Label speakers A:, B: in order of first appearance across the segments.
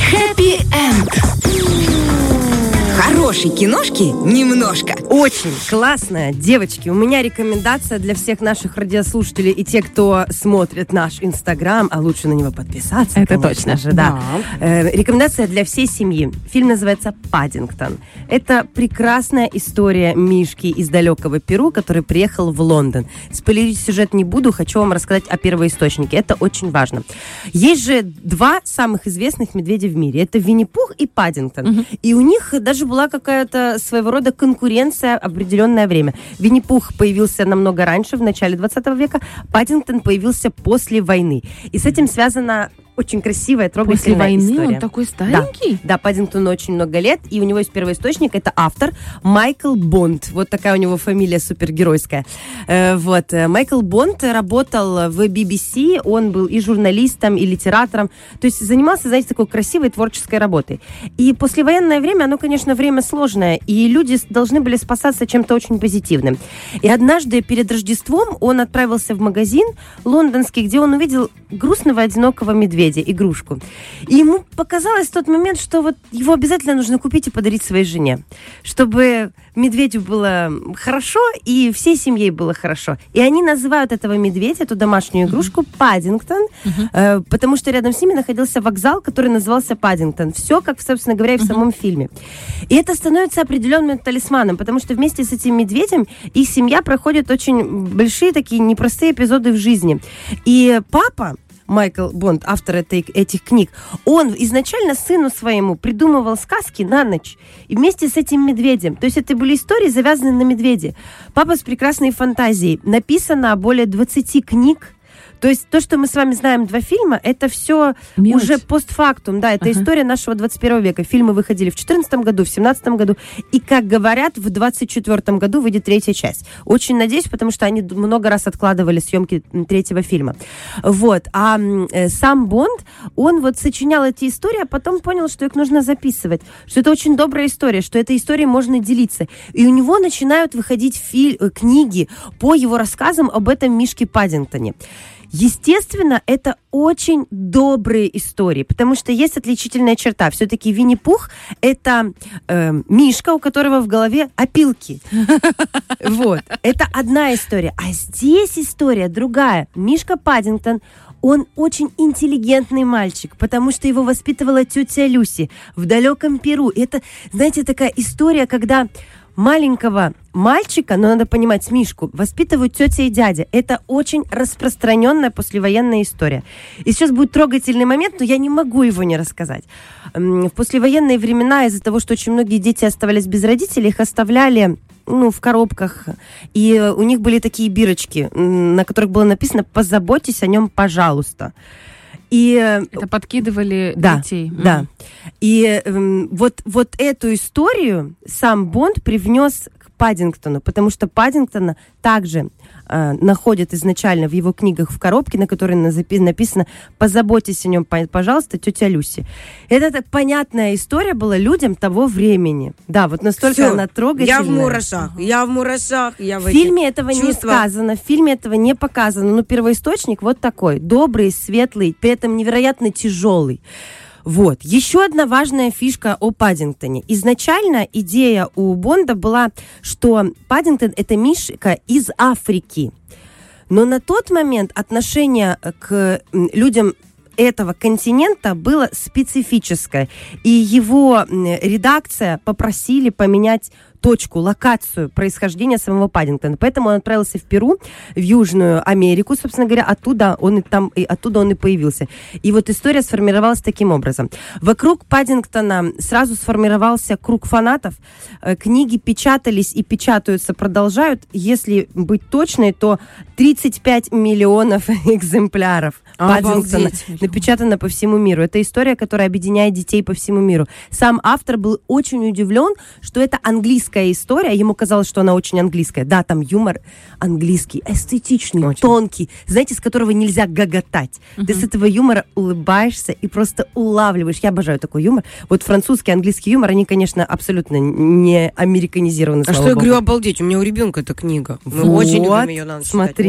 A: Хэппи-энд. Хорошей киношки немножко.
B: Очень классная. Девочки, у меня рекомендация для всех наших радиослушателей и тех, кто смотрит наш Инстаграм, а лучше на него подписаться.
C: Это
B: конечно
C: точно
B: же, да. Рекомендация для всей семьи. Фильм называется «Паддингтон». Это прекрасная история Мишки из далекого Перу, который приехал в Лондон. Спойлерить сюжет не буду, хочу вам рассказать о первоисточнике. Это очень важно. Есть же два самых известных медведя в мире. Это Винни-Пух и Паддингтон. И у них даже была какая-то своего рода конкуренция определенное время. Винни-Пух появился намного раньше, в начале 20 века. Паддингтон появился после войны. И с этим связана очень красивая, трогательная история.
C: После войны он такой старенький?
B: Да, Паддингтону очень много лет, и у него есть первоисточник, это автор Майкл Бонд. Вот такая у него фамилия супергеройская. Майкл Бонд работал в BBC, он был и журналистом, и литератором, то есть занимался, знаете, такой красивой творческой работой. И послевоенное время, оно, конечно, время сложное, и люди должны были спасаться чем-то очень позитивным. И однажды перед Рождеством он отправился в магазин лондонский, где он увидел грустного, одинокого медведя, игрушку. И ему показалось в тот момент, что вот его обязательно нужно купить и подарить своей жене, чтобы медведю было хорошо и всей семье было хорошо. И они называют этого медведя, эту домашнюю игрушку, Паддингтон, потому что рядом с ними находился вокзал, который назывался Паддингтон. Все, как, собственно говоря, и в самом фильме. И это становится определенным талисманом, потому что вместе с этим медведем их семья проходит очень большие такие непростые эпизоды в жизни. И папа Майкл Бонд, автор этих книг, он изначально сыну своему придумывал сказки на ночь. И вместе с этим медведем. То есть это были истории, завязанные на медведе. Папа с прекрасной фантазией. Написано более 20 книг. То есть то, что мы с вами знаем, 2 фильма, это все уже постфактум. Да, это история нашего 21 века. Фильмы выходили в 2014 году, в 2017 году. И, как говорят, в 2024 году выйдет 3-я часть. Очень надеюсь, потому что они много раз откладывали съемки 3-го фильма. А сам Бонд, он сочинял эти истории, а потом понял, что их нужно записывать. Что это очень добрая история, что этой историей можно делиться. И у него начинают выходить книги по его рассказам об этом Мишке Паддингтоне. Естественно, это очень добрые истории, потому что есть отличительная черта. Все-таки Винни-Пух – это Мишка, у которого в голове опилки. Это одна история. А здесь история другая. Мишка Паддингтон, он очень интеллигентный мальчик, потому что его воспитывала тетя Люси в далеком Перу. Это, знаете, такая история, когда маленького мальчика, но надо понимать, Мишку, воспитывают тетя и дядя. Это очень распространенная послевоенная история. И сейчас будет трогательный момент, но я не могу его не рассказать. В послевоенные времена из-за того, что очень многие дети оставались без родителей, их оставляли в коробках. И у них были такие бирочки, на которых было написано «Позаботьтесь о нем, пожалуйста». И
C: это подкидывали детей.
B: Да. И вот эту историю сам Бонд привнес к Паддингтону, потому что Паддингтона также находят изначально в его книгах в коробке, на которой написано «Позаботьтесь о нем, пожалуйста, тетя Люси». Это так понятная история была людям того времени. Да, вот настолько она трогательная.
D: Я в мурашах.
B: В фильме этого не сказано, в фильме этого не показано. Но первоисточник вот такой. Добрый, светлый, при этом невероятно тяжелый. Еще одна важная фишка о Паддингтоне. Изначально идея у Бонда была, что Паддингтон – это Мишка из Африки. Но на тот момент отношение к людям этого континента было специфическое. И его редакция попросили поменять локацию происхождения самого Паддингтона. Поэтому он отправился в Перу, в Южную Америку, собственно говоря, оттуда он и появился. И история сформировалась таким образом. Вокруг Паддингтона сразу сформировался круг фанатов. Книги печатались и печатаются, продолжают. Если быть точной, то 35 миллионов экземпляров Паддингтона напечатано по всему миру. Это история, которая объединяет детей по всему миру. Сам автор был очень удивлен, что это английская история. Ему казалось, что она очень английская. Да, там юмор английский, эстетичный, очень тонкий, знаете, с которого нельзя гоготать. Ты с этого юмора улыбаешься и просто улавливаешь. Я обожаю такой юмор. Французский, английский юмор, они, конечно, абсолютно не американизированы.
D: А что я говорю, обалдеть, у меня у ребенка эта книга. Мы очень любим ее, надо читать.
B: Смотри.
D: Очень.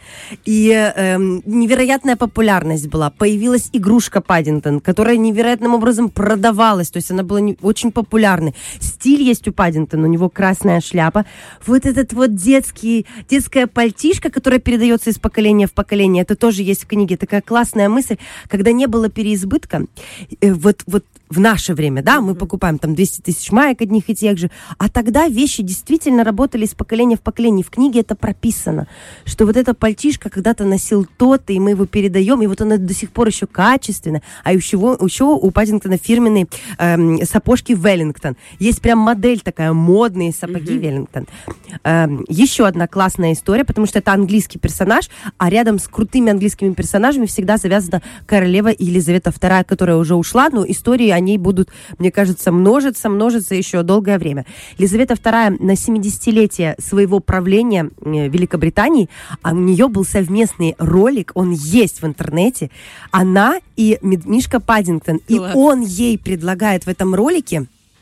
B: И невероятная популярность была. Появилась игрушка Паддингтон, которая невероятным образом продавалась. То есть она была очень популярной. Стиль есть у Паддингтона. У него красная шляпа. Вот этот вот детская пальтишка, которая передается из поколения в поколение. Это тоже есть в книге. Такая классная мысль. Когда не было переизбытка, вот в наше время, да, мы покупаем там 200 тысяч маек одних и тех же, а тогда вещи действительно работали из поколения в поколение. В книге это прописано, что вот эта пальтишка когда-то носил тот, и мы его передаем, и вот она до сих пор еще качественная. А еще у Паддингтона фирменные сапожки Веллингтон. Есть прям модель такая, модные сапоги Веллингтон. Еще одна классная история, потому что это английский персонаж, а рядом с крутыми английскими персонажами всегда завязана королева Елизавета II, которая уже ушла, но истории о ней будут, мне кажется, множиться еще долгое время. Елизавета II на 70-летие своего правления Великобритании, а у нее был совместный ролик, он есть в интернете, она и Мишка Паддингтон, и он ей предлагает в этом ролике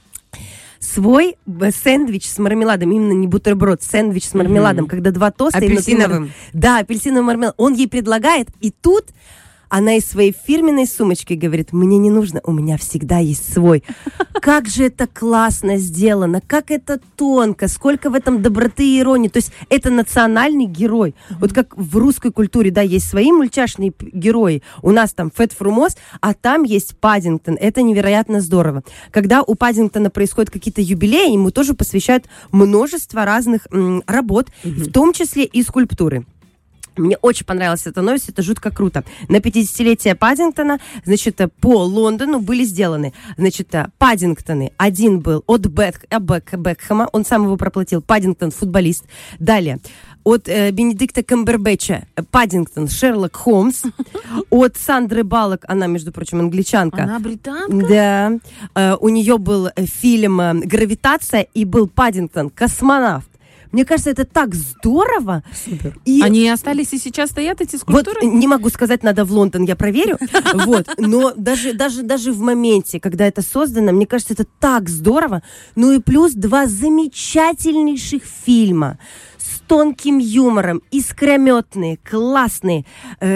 B: свой сэндвич с мармеладом, именно не бутерброд, сэндвич с мармеладом, когда два тоста.
D: Апельсиновым.
B: Да, апельсиновый мармелад. Он ей предлагает, и тут она из своей фирменной сумочки говорит: мне не нужно, у меня всегда есть свой. Как же это классно сделано, как это тонко, сколько в этом доброты и иронии. То есть это национальный герой. Вот как в русской культуре, да, есть свои мультяшные герои. У нас там Фет Фрумос, а там есть Паддингтон. Это невероятно здорово. Когда у Паддингтона происходят какие-то юбилеи, ему тоже посвящают множество разных работ, в том числе и скульптуры. Мне очень понравилась эта новость, это жутко круто. На 50-летие Паддингтона, значит, по Лондону были сделаны, значит, Паддингтоны. Один был от Бекхэма, он сам его проплатил, Паддингтон, футболист. Далее, от Бенедикта Камбербэтча, Паддингтон, Шерлок Холмс. От Сандры Баллок, она, между прочим, англичанка.
C: Она британка?
B: Да. У нее был фильм «Гравитация» и был Паддингтон, космонавт. Мне кажется, это так здорово.
D: Супер.
B: И
C: они остались и сейчас стоят, эти скульптуры?
B: Вот не могу сказать, надо в Лондон, я проверю. Вот. Но даже в моменте, когда это создано, мне кажется, это так здорово. Ну и плюс 2 замечательнейших фильма с тонким юмором, искрометные, классные.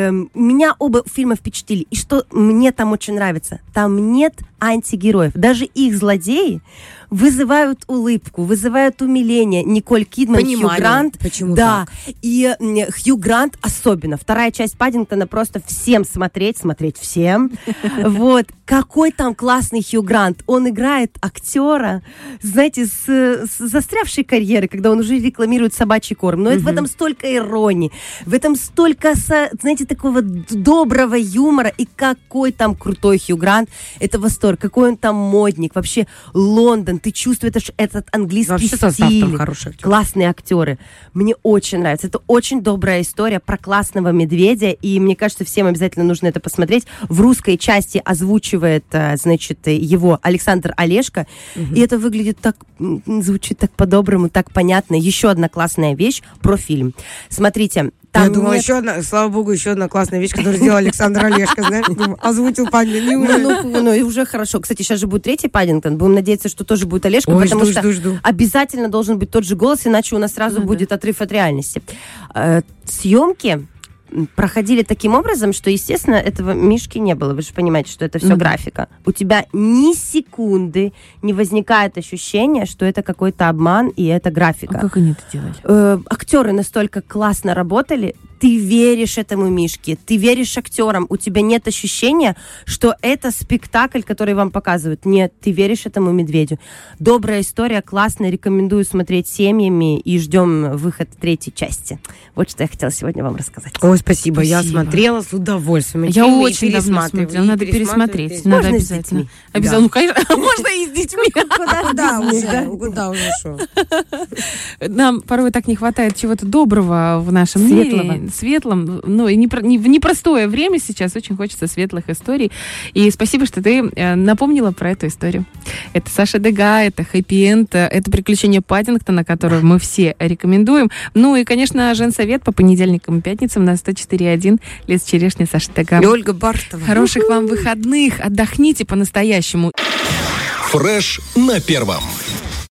B: Меня оба фильма впечатлили. И что мне там очень нравится, там нет антигероев. Даже их злодеи вызывают улыбку, вызывают умиление. Николь Кидман, Хью Грант.
D: Почему
B: да,
D: так?
B: И Хью Грант особенно. Вторая часть Паддингтона просто всем смотреть всем. Вот. Какой там классный Хью Грант. Он играет актера, знаете, с застрявшей карьеры, когда он уже рекламирует собачий корм. Но в этом столько иронии, в этом столько, знаете, такого доброго юмора. И какой там крутой Хью Грант. Это восторг. Какой он там модник. Вообще Лондон. Ты чувствуешь этот английский стиль. Классные актеры. Мне очень нравится. Это очень добрая история про классного медведя. И мне кажется, всем обязательно нужно это посмотреть. В русской части озвучивает, значит, его Александр Олешко. И это выглядит так, звучит так по-доброму, так понятно. Еще одна классная вещь про фильм. Смотрите. Там
D: я думаю, еще одна, слава богу, еще одна классная вещь, которую сделал Александр Олешко, знаешь, озвучил Паддингтон.
B: Ну, и уже хорошо. Кстати, сейчас же будет 3-й Паддингтон. Будем надеяться, что тоже будет Олешко, потому что обязательно должен быть тот же голос, иначе у нас сразу будет отрыв от реальности. Съемки проходили таким образом, что, естественно, этого Мишки не было. Вы же понимаете, что это все графика. У тебя ни секунды не возникает ощущения, что это какой-то обман и это графика.
C: А как они это делали?
B: Актеры настолько классно работали. Ты веришь этому Мишке, ты веришь актерам, у тебя нет ощущения, что это спектакль, который вам показывают. Нет, ты веришь этому медведю. Добрая история, классная, рекомендую смотреть семьями и ждем выход 3-й части. Вот что я хотела сегодня вам рассказать.
D: Ой, спасибо. Я смотрела с удовольствием.
C: Я очень давно смотрела, надо пересмотреть. Надо обязательно. Обязательно, ну, конечно, можно и с детьми.
D: Куда уже шо?
C: Нам порой так не хватает чего-то доброго в нашем мире. Светлом, ну, и в непростое время сейчас очень хочется светлых историй. И спасибо, что ты напомнила про эту историю. Это Саша Дега, это хэппи-энд, это приключение Паддингтона, которое мы все рекомендуем. Ну и, конечно, женсовет по понедельникам и пятницам на 104.1. Лес Черешни, Саша Дега.
D: И Ольга Бартова.
C: Хороших вам выходных, отдохните по-настоящему.
E: Фреш на первом.